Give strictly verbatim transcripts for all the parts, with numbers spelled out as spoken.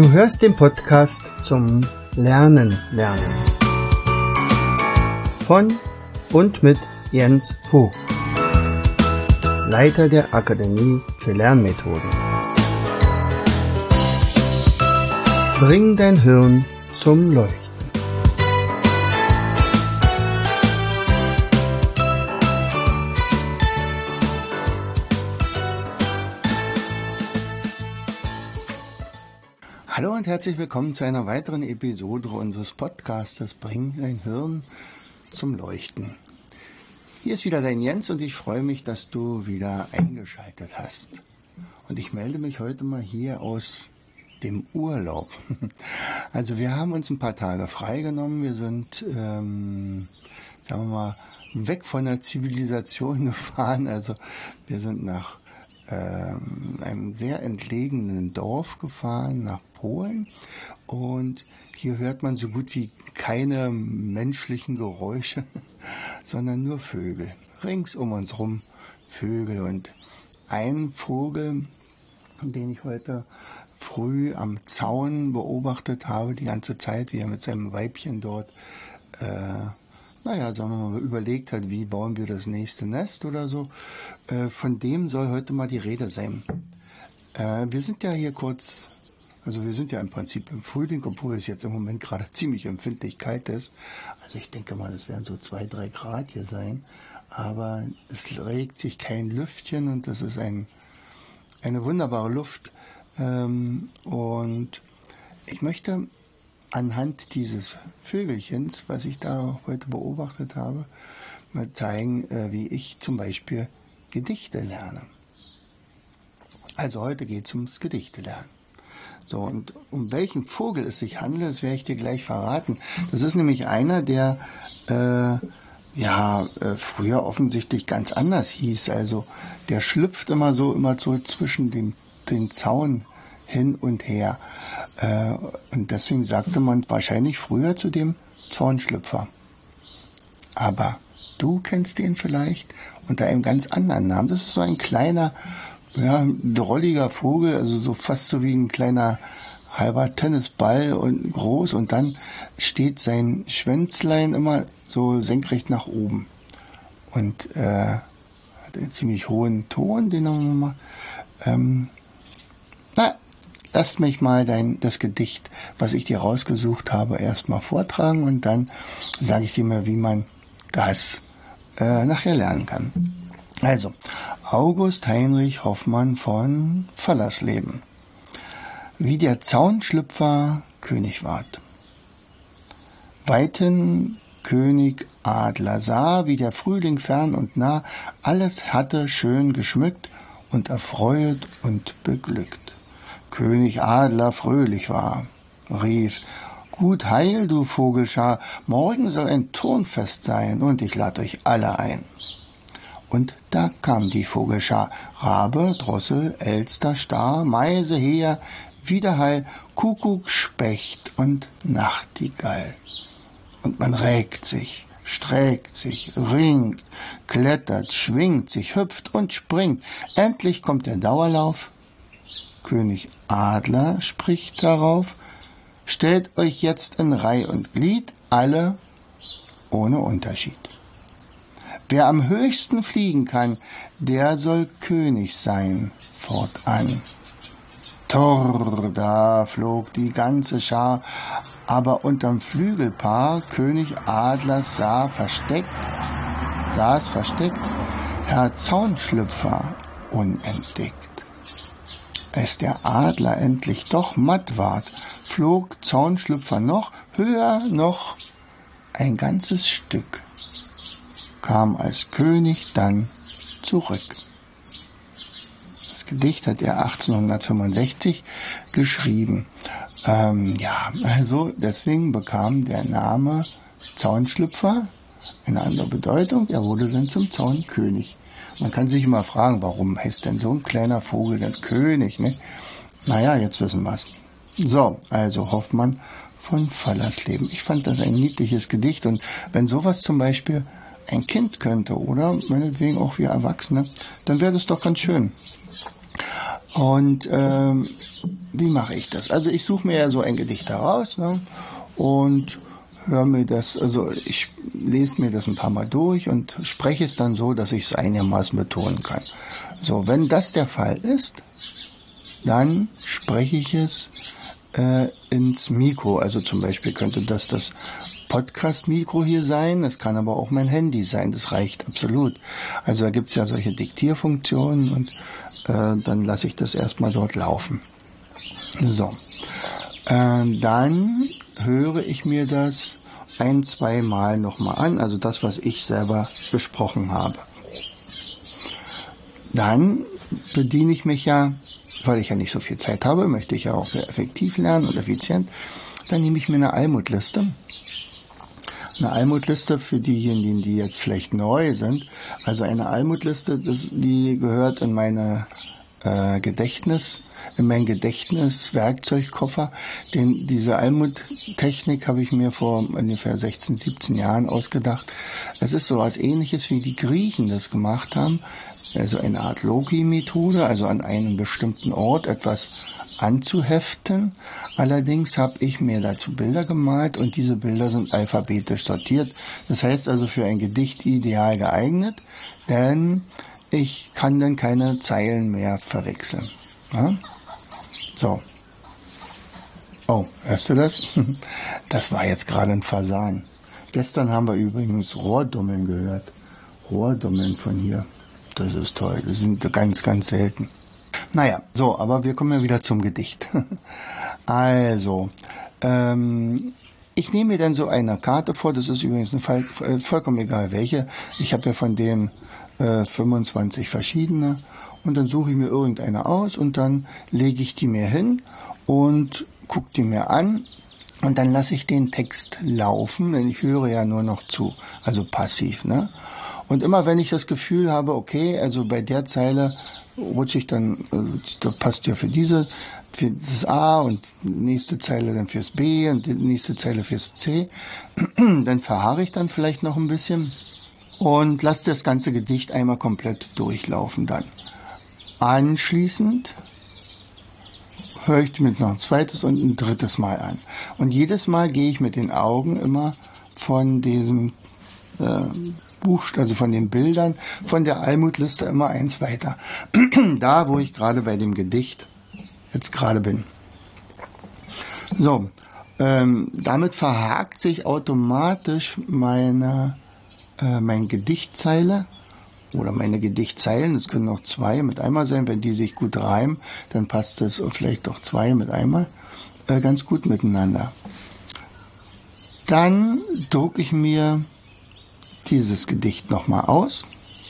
Du hörst den Podcast zum Lernen lernen von und mit Jens Vogt, Leiter der Akademie für Lernmethoden. Bring dein Hirn zum Leuchten. Hallo und herzlich willkommen zu einer weiteren Episode unseres Podcastes Bring dein Hirn zum Leuchten. Hier ist wieder dein Jens und ich freue mich, dass du wieder eingeschaltet hast. Und ich melde mich heute mal hier aus dem Urlaub. Also wir haben uns ein paar Tage freigenommen. Wir sind, ähm, sagen wir mal, weg von der Zivilisation gefahren. Also wir sind nach ähm, einem sehr entlegenen Dorf gefahren, nach Polen. Und hier hört man so gut wie keine menschlichen Geräusche, sondern nur Vögel. Rings um uns rum Vögel. Und ein Vogel, den ich heute früh am Zaun beobachtet habe, die ganze Zeit, wie er mit seinem Weibchen dort, äh, naja, sagen wir mal, überlegt hat, wie bauen wir das nächste Nest oder so. Äh, von dem soll heute mal die Rede sein. Äh, wir sind ja hier kurz, also wir sind ja im Prinzip im Frühling, obwohl es jetzt im Moment gerade ziemlich empfindlich kalt ist. Also ich denke mal, es werden so zwei, drei Grad hier sein. Aber es regt sich kein Lüftchen und das ist ein, eine wunderbare Luft. Ähm, und ich möchte anhand dieses Vögelchens, was ich da heute beobachtet habe, mal zeigen, äh, wie ich zum Beispiel Gedichte lerne. Also heute geht es ums Gedichte lernen. So, und um welchen Vogel es sich handelt, das werde ich dir gleich verraten. Das ist nämlich einer, der äh, ja äh, früher offensichtlich ganz anders hieß. Also der schlüpft immer so, immer so zwischen den, den Zaun hin und her. Äh, und deswegen sagte man wahrscheinlich früher zu dem Zaunschlüpfer. Aber du kennst den vielleicht unter einem ganz anderen Namen. Das ist so ein kleiner, ja, drolliger Vogel, also so fast so wie ein kleiner halber Tennisball und groß. Und dann steht sein Schwänzlein immer so senkrecht nach oben. Und äh, hat einen ziemlich hohen Ton, den haben wir mal. Ähm, na, lass mich mal dein, das Gedicht, was ich dir rausgesucht habe, erstmal vortragen und dann sage ich dir mal, wie man das äh, nachher lernen kann. Also, August Heinrich Hoffmann von Fallersleben. Wie der Zaunschlüpfer König ward. Weiten König Adler sah, wie der Frühling fern und nah alles hatte schön geschmückt und erfreuet und beglückt. König Adler fröhlich war, rief, gut heil, du Vogelschar, morgen soll ein Turnfest sein und ich lad euch alle ein. Und da kam die Vogelschar, Rabe, Drossel, Elster, Star, Meise, Heer, Widerhall, Kuckuck, Specht und Nachtigall. Und man regt sich, streckt sich, ringt, klettert, schwingt sich, hüpft und springt. Endlich kommt der Dauerlauf. König Adler spricht darauf, stellt euch jetzt in Reih und Glied, alle ohne Unterschied. Wer am höchsten fliegen kann, der soll König sein, fortan. Torr, da flog die ganze Schar, aber unterm Flügelpaar König Adlers sah versteckt, saß versteckt, Herr Zaunschlüpfer unentdeckt. Als der Adler endlich doch matt ward, flog Zaunschlüpfer noch höher, noch ein ganzes Stück, kam als König dann zurück. Das Gedicht hat er achtzehnhundertfünfundsechzig geschrieben. Ähm, ja, also deswegen bekam der Name Zaunschlüpfer eine andere Bedeutung. Er wurde dann zum Zaunkönig. Man kann sich immer fragen, warum heißt denn so ein kleiner Vogel denn König, ne? Naja, jetzt wissen wir's. So, also Hoffmann von Fallersleben. Ich fand das ein niedliches Gedicht und wenn sowas zum Beispiel ein Kind könnte oder meinetwegen auch wir Erwachsene, dann wäre das doch ganz schön. Und ähm, wie mache ich das? Also ich suche mir ja so ein Gedicht heraus, ne, und höre mir das, also ich lese mir das ein paar Mal durch und spreche es dann so, dass ich es einigermaßen betonen kann. So, wenn das der Fall ist, dann spreche ich es äh, ins Mikro. Also zum Beispiel könnte das das Podcast-Mikro hier sein, das kann aber auch mein Handy sein, das reicht absolut. Also da gibt's ja solche Diktierfunktionen und äh, dann lasse ich das erstmal dort laufen. So, äh, dann höre ich mir das ein, zwei Mal nochmal an, also das, was ich selber besprochen habe. Dann bediene ich mich ja, weil ich ja nicht so viel Zeit habe, möchte ich ja auch sehr effektiv lernen und effizient, dann nehme ich mir eine Almutliste. Eine Almutliste für diejenigen, die jetzt vielleicht neu sind. Also eine Almutliste, das, die gehört in meine äh, Gedächtnis, in meinen Gedächtnis-Werkzeugkoffer. Den, diese Almut-Technik habe ich mir vor ungefähr sechzehn, siebzehn Jahren ausgedacht. Es ist so was Ähnliches, wie die Griechen das gemacht haben. Also eine Art Logi-Methode, also an einem bestimmten Ort etwas anzuheften. Allerdings habe ich mir dazu Bilder gemalt und diese Bilder sind alphabetisch sortiert. Das heißt also für ein Gedicht ideal geeignet, denn ich kann dann keine Zeilen mehr verwechseln. Ja? So. Oh, hörst du das? Das war jetzt gerade ein Fasan. Gestern haben wir übrigens Rohrdummeln gehört. Rohrdummeln von hier. Das ist toll. Das sind ganz, ganz selten. Naja, so, aber wir kommen ja wieder zum Gedicht. Also, ähm, ich nehme mir dann so eine Karte vor, das ist übrigens eine Fall, äh, vollkommen egal welche. Ich habe ja von denen äh, fünfundzwanzig verschiedene und dann suche ich mir irgendeine aus und dann lege ich die mir hin und gucke die mir an und dann lasse ich den Text laufen, denn ich höre ja nur noch zu, also passiv, ne? Und immer wenn ich das Gefühl habe, okay, also bei der Zeile rutsche ich dann, also da passt ja für diese, für das A und nächste Zeile dann fürs B und die nächste Zeile fürs C, dann verharre ich dann vielleicht noch ein bisschen und lasse das ganze Gedicht einmal komplett durchlaufen dann. Anschließend höre ich mir noch ein zweites und ein drittes Mal an. Und jedes Mal gehe ich mit den Augen immer von diesem äh, Buch, also von den Bildern, von der Almutliste immer eins weiter. Da, wo ich gerade bei dem Gedicht jetzt gerade bin. So, ähm, damit verhakt sich automatisch meine, äh, meine Gedichtzeile oder meine Gedichtzeilen. Es können auch zwei mit einmal sein, wenn die sich gut reimen, dann passt es vielleicht auch zwei mit einmal äh, ganz gut miteinander. Dann drucke ich mir dieses Gedicht nochmal aus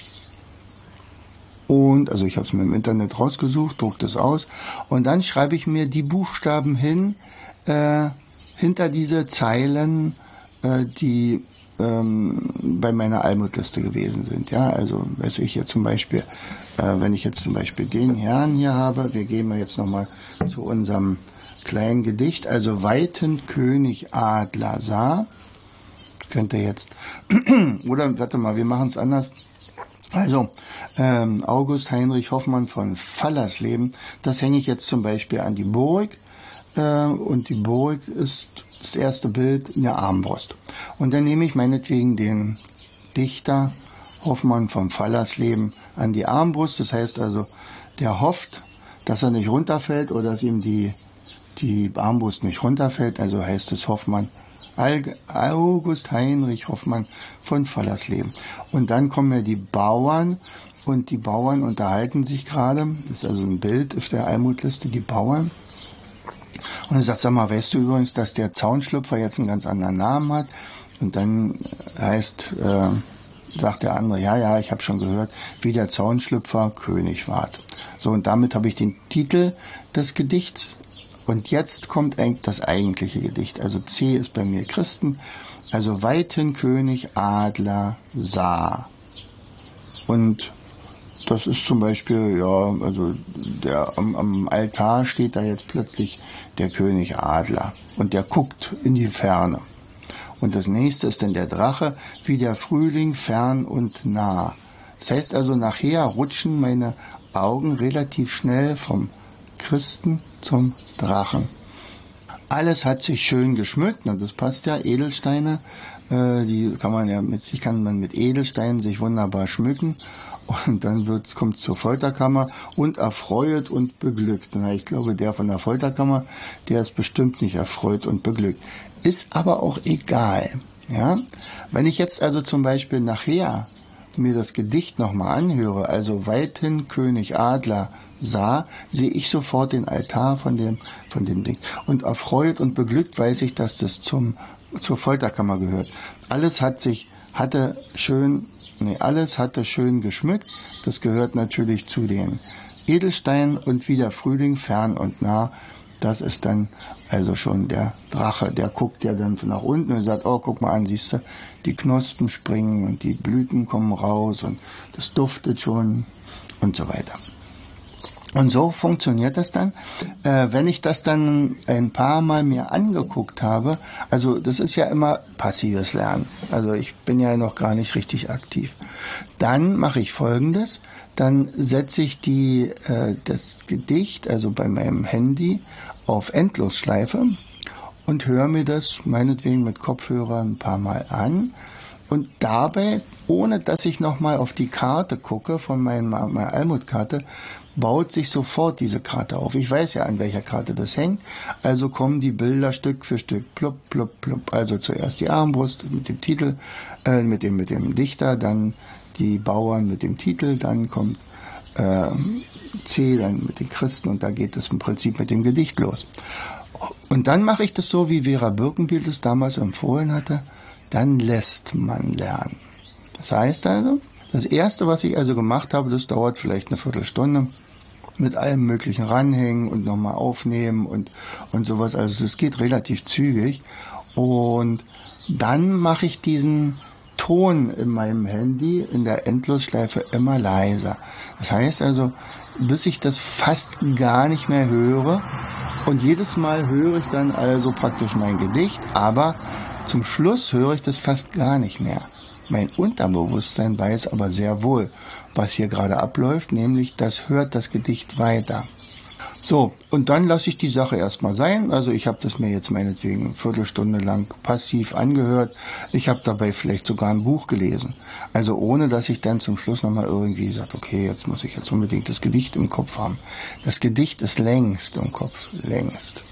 und also ich habe es mir im Internet rausgesucht, drucke das aus und dann schreibe ich mir die Buchstaben hin äh, hinter diese Zeilen, äh, die ähm, bei meiner Almutliste gewesen sind. Ja, also weiß ich jetzt zum Beispiel, äh, wenn ich jetzt zum Beispiel den Herrn hier habe, wir gehen mal jetzt nochmal zu unserem kleinen Gedicht, also Weiten König Adler sah. Könnte jetzt, oder warte mal, wir machen es anders. Also, ähm, August Heinrich Hoffmann von Fallersleben, das hänge ich jetzt zum Beispiel an die Burg äh, und die Burg ist das erste Bild in der Armbrust. Und dann nehme ich meinetwegen den Dichter Hoffmann von Fallersleben an die Armbrust, das heißt also, der hofft, dass er nicht runterfällt oder dass ihm die, die Armbrust nicht runterfällt, also heißt es Hoffmann August Heinrich Hoffmann von Fallersleben. Und dann kommen ja die Bauern und die Bauern unterhalten sich gerade. Das ist also ein Bild auf der Almutliste, die Bauern. Und er sagt, sag mal, weißt du übrigens, dass der Zaunschlüpfer jetzt einen ganz anderen Namen hat? Und dann heißt, äh, sagt der andere, ja, ja, ich habe schon gehört, wie der Zaunschlüpfer König ward. So, und damit habe ich den Titel des Gedichts. Und jetzt kommt das eigentliche Gedicht. Also C ist bei mir Christen. Also Weiten König Adler sah. Und das ist zum Beispiel, ja, also der, am, am Altar steht da jetzt plötzlich der König Adler. Und der guckt in die Ferne. Und das nächste ist dann der Drache, wie der Frühling fern und nah. Das heißt also, nachher rutschen meine Augen relativ schnell vom Christen zum Drachen. Alles hat sich schön geschmückt, und das passt ja, Edelsteine, äh, die kann man ja mit, die kann man mit Edelsteinen sich wunderbar schmücken, und dann wird's, kommt's zur Folterkammer und erfreuet und beglückt. Na, ich glaube, der von der Folterkammer, der ist bestimmt nicht erfreut und beglückt. Ist aber auch egal, ja. Wenn ich jetzt also zum Beispiel nachher mir das Gedicht nochmal anhöre, also weithin König Adler sah, sehe ich sofort den Altar von dem, von dem Ding. Und erfreut und beglückt weiß ich, dass das zum, zur Folterkammer gehört. Alles hat sich, hatte schön, nee, alles hatte schön geschmückt. Das gehört natürlich zu den Edelsteinen, und wie der Frühling fern und nah. Das ist dann also schon der Drache, der guckt ja dann nach unten und sagt, oh, guck mal an, siehst du, die Knospen springen und die Blüten kommen raus und das duftet schon und so weiter. Und so funktioniert das dann. Äh, wenn ich das dann ein paar Mal mir angeguckt habe, also das ist ja immer passives Lernen, also ich bin ja noch gar nicht richtig aktiv, dann mache ich Folgendes, dann setze ich die, äh, das Gedicht, also bei meinem Handy, auf Endlosschleife und höre mir das meinetwegen mit Kopfhörern ein paar Mal an, und dabei, ohne dass ich nochmal auf die Karte gucke von meiner, meiner Almutkarte, baut sich sofort diese Karte auf. Ich weiß ja, an welcher Karte das hängt, also kommen die Bilder Stück für Stück, plupp, plupp, plupp. Also zuerst die Armbrust mit dem Titel, äh, mit dem, mit dem Dichter, dann die Bauern mit dem Titel, dann kommt äh, C, dann mit den Christen, und da geht es im Prinzip mit dem Gedicht los. Und dann mache ich das so, wie Vera Birkenbiel es damals empfohlen hatte, dann lässt man lernen. Das heißt also, das Erste, was ich also gemacht habe, das dauert vielleicht eine Viertelstunde, mit allem möglichen ranhängen und nochmal aufnehmen und, und sowas. Also es geht relativ zügig. Und dann mache ich diesen Ton in meinem Handy in der Endlosschleife immer leiser. Das heißt also, bis ich das fast gar nicht mehr höre. Und jedes Mal höre ich dann also praktisch mein Gedicht, aber zum Schluss höre ich das fast gar nicht mehr. Mein Unterbewusstsein weiß aber sehr wohl, was hier gerade abläuft, nämlich das hört das Gedicht weiter. So, und dann lasse ich die Sache erstmal sein. Also ich habe das mir jetzt meinetwegen eine Viertelstunde lang passiv angehört. Ich habe dabei vielleicht sogar ein Buch gelesen. Also ohne, dass ich dann zum Schluss nochmal irgendwie sage, okay, jetzt muss ich jetzt unbedingt das Gedicht im Kopf haben. Das Gedicht ist längst im Kopf, längst.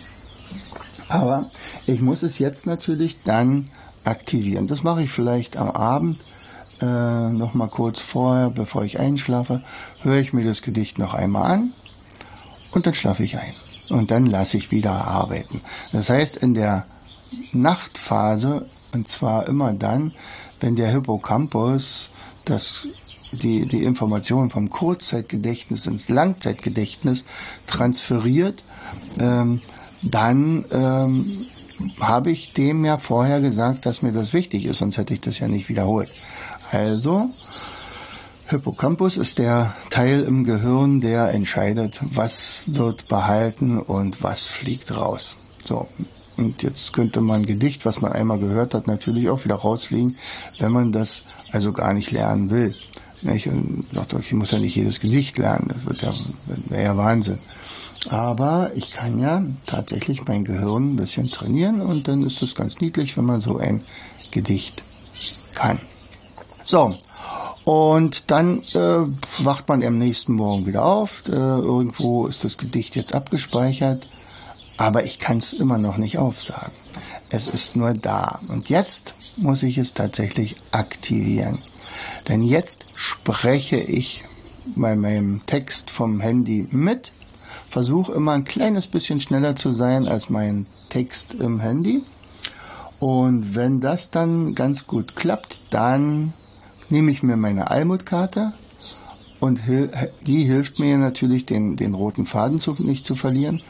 Aber ich muss es jetzt natürlich dann aktivieren. Das mache ich vielleicht am Abend, äh, noch mal kurz vorher, bevor ich einschlafe, höre ich mir das Gedicht noch einmal an und dann schlafe ich ein. Und dann lasse ich wieder arbeiten. Das heißt, in der Nachtphase, und zwar immer dann, wenn der Hippocampus das, die, die Informationen vom Kurzzeitgedächtnis ins Langzeitgedächtnis transferiert, ähm, dann ähm, habe ich dem ja vorher gesagt, dass mir das wichtig ist, sonst hätte ich das ja nicht wiederholt. Also, Hippocampus ist der Teil im Gehirn, der entscheidet, was wird behalten und was fliegt raus. So, und jetzt könnte man ein Gedicht, was man einmal gehört hat, natürlich auch wieder rausfliegen, wenn man das also gar nicht lernen will. Ich, ich muss ja nicht jedes Gedicht lernen, das wird ja, wäre ja Wahnsinn. Aber ich kann ja tatsächlich mein Gehirn ein bisschen trainieren, und dann ist es ganz niedlich, wenn man so ein Gedicht kann. So, und dann äh, wacht man am nächsten Morgen wieder auf. Äh, irgendwo ist das Gedicht jetzt abgespeichert, aber ich kann es immer noch nicht aufsagen. Es ist nur da. Und jetzt muss ich es tatsächlich aktivieren. Denn jetzt spreche ich bei meinem Text vom Handy mit, versuche immer ein kleines bisschen schneller zu sein als mein Text im Handy. Und wenn das dann ganz gut klappt, dann nehme ich mir meine Almutkarte, und die hilft mir natürlich, den, den roten Faden zu, nicht zu verlieren.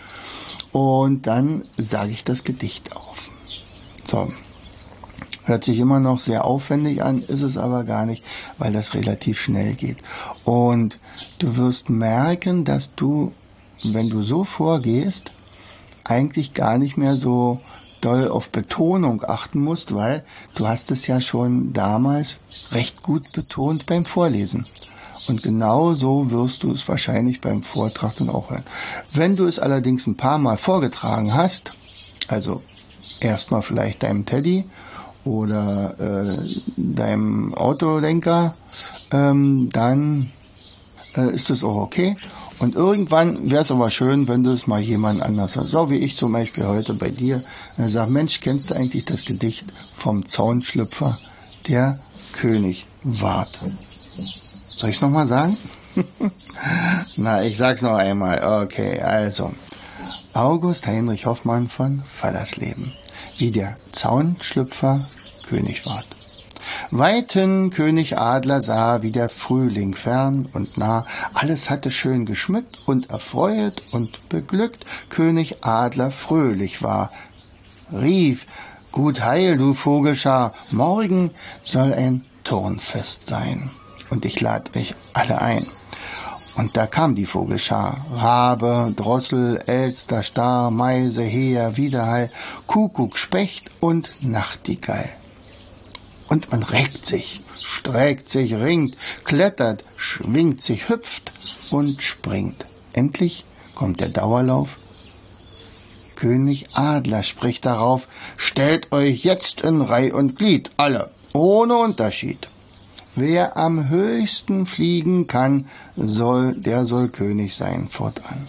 Und dann sage ich das Gedicht auf. So. Hört sich immer noch sehr aufwendig an, ist es aber gar nicht, weil das relativ schnell geht. Und du wirst merken, dass du, wenn du so vorgehst, eigentlich gar nicht mehr so doll auf Betonung achten musst, weil du hast es ja schon damals recht gut betont beim Vorlesen. Und genau so wirst du es wahrscheinlich beim Vortrag dann auch hören. Wenn du es allerdings ein paar Mal vorgetragen hast, also erstmal vielleicht deinem Teddy oder äh, deinem Autolenker, ähm, dann äh, ist es auch okay. Und irgendwann wäre es aber schön, wenn du es mal jemand anders hast. So wie ich zum Beispiel heute bei dir. Und sag, Mensch, kennst du eigentlich das Gedicht vom Zaunschlüpfer, der König ward? Soll ich es nochmal sagen? Na, ich sag's noch einmal. Okay, also. August Heinrich Hoffmann von Fallersleben. Wie der Zaunschlüpfer König ward. Weiten König Adler sah, wie der Frühling fern und nah, alles hatte schön geschmückt und erfreuet und beglückt, König Adler fröhlich war, rief, gut heil, du Vogelschar, morgen soll ein Turnfest sein, und ich lad euch alle ein. Und da kam die Vogelschar, Rabe, Drossel, Elster, Star, Meise, Heer, Widerhall, Kuckuck, Specht und Nachtigall. Und man regt sich, streckt sich, ringt, klettert, schwingt sich, hüpft und springt. Endlich kommt der Dauerlauf. König Adler spricht darauf, stellt euch jetzt in Reih und Glied, alle, ohne Unterschied. Wer am höchsten fliegen kann, soll, der soll König sein fortan.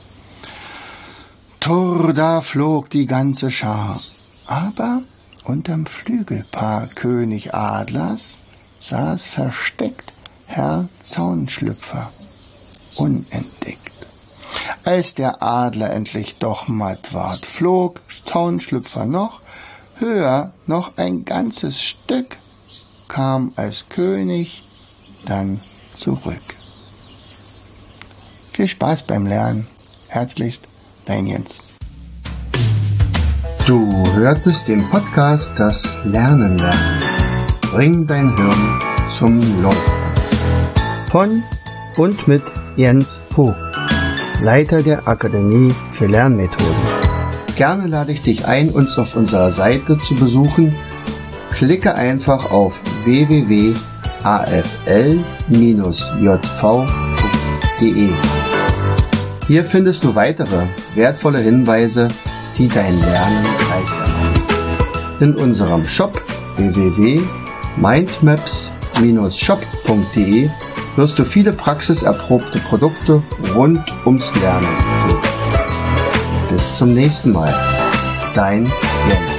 Turr, da flog die ganze Schar, aber unterm Flügelpaar König Adlers saß versteckt Herr Zaunschlüpfer, unentdeckt. Als der Adler endlich doch matt ward, flog Zaunschlüpfer noch, höher noch ein ganzes Stück, kam als König dann zurück. Viel Spaß beim Lernen. Herzlichst, dein Jens. Du hörtest den Podcast Das Lernen lernen. Bring dein Hirn zum Leuchten. Von und mit Jens Vogt, Leiter der Akademie für Lernmethoden. Gerne lade ich dich ein, uns auf unserer Seite zu besuchen. Klicke einfach auf w w w punkt a f l bindestrich j v punkt d e. Hier findest du weitere wertvolle Hinweise, die dein Lernen leichter machen. In unserem Shop w w w punkt mindmaps bindestrich shop punkt d e wirst du viele praxiserprobte Produkte rund ums Lernen finden. Bis zum nächsten Mal. Dein Jens.